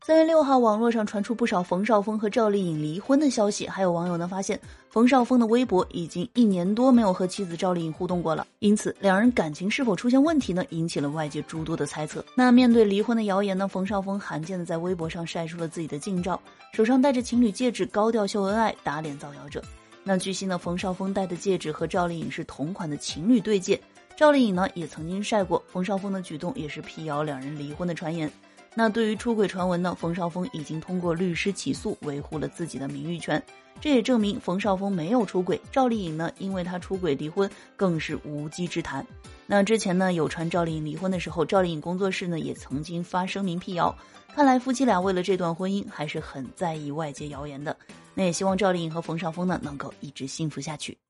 3月6号，网络上传出不少冯绍峰和赵丽颖离婚的消息，还有网友呢发现，冯绍峰的微博已经1年多没有和妻子赵丽颖互动过了，因此两人感情是否出现问题呢，引起了外界诸多的猜测。那面对离婚的谣言呢，冯绍峰罕见的在微博上晒出了自己的近照，手上戴着情侣戒指，高调秀恩爱，打脸造谣者。那据悉呢，冯绍峰戴的戒指和赵丽颖是同款的情侣对戒，赵丽颖呢也曾经晒过，冯绍峰的举动也是辟谣两人离婚的传言。那对于出轨传闻呢，冯绍峰已经通过律师起诉，维护了自己的名誉权。这也证明冯绍峰没有出轨，赵丽颖呢，因为他出轨离婚更是无稽之谈。那之前呢，有传赵丽颖离婚的时候，赵丽颖工作室呢也曾经发声明辟谣。看来夫妻俩为了这段婚姻还是很在意外界谣言的。那也希望赵丽颖和冯绍峰呢能够一直幸福下去。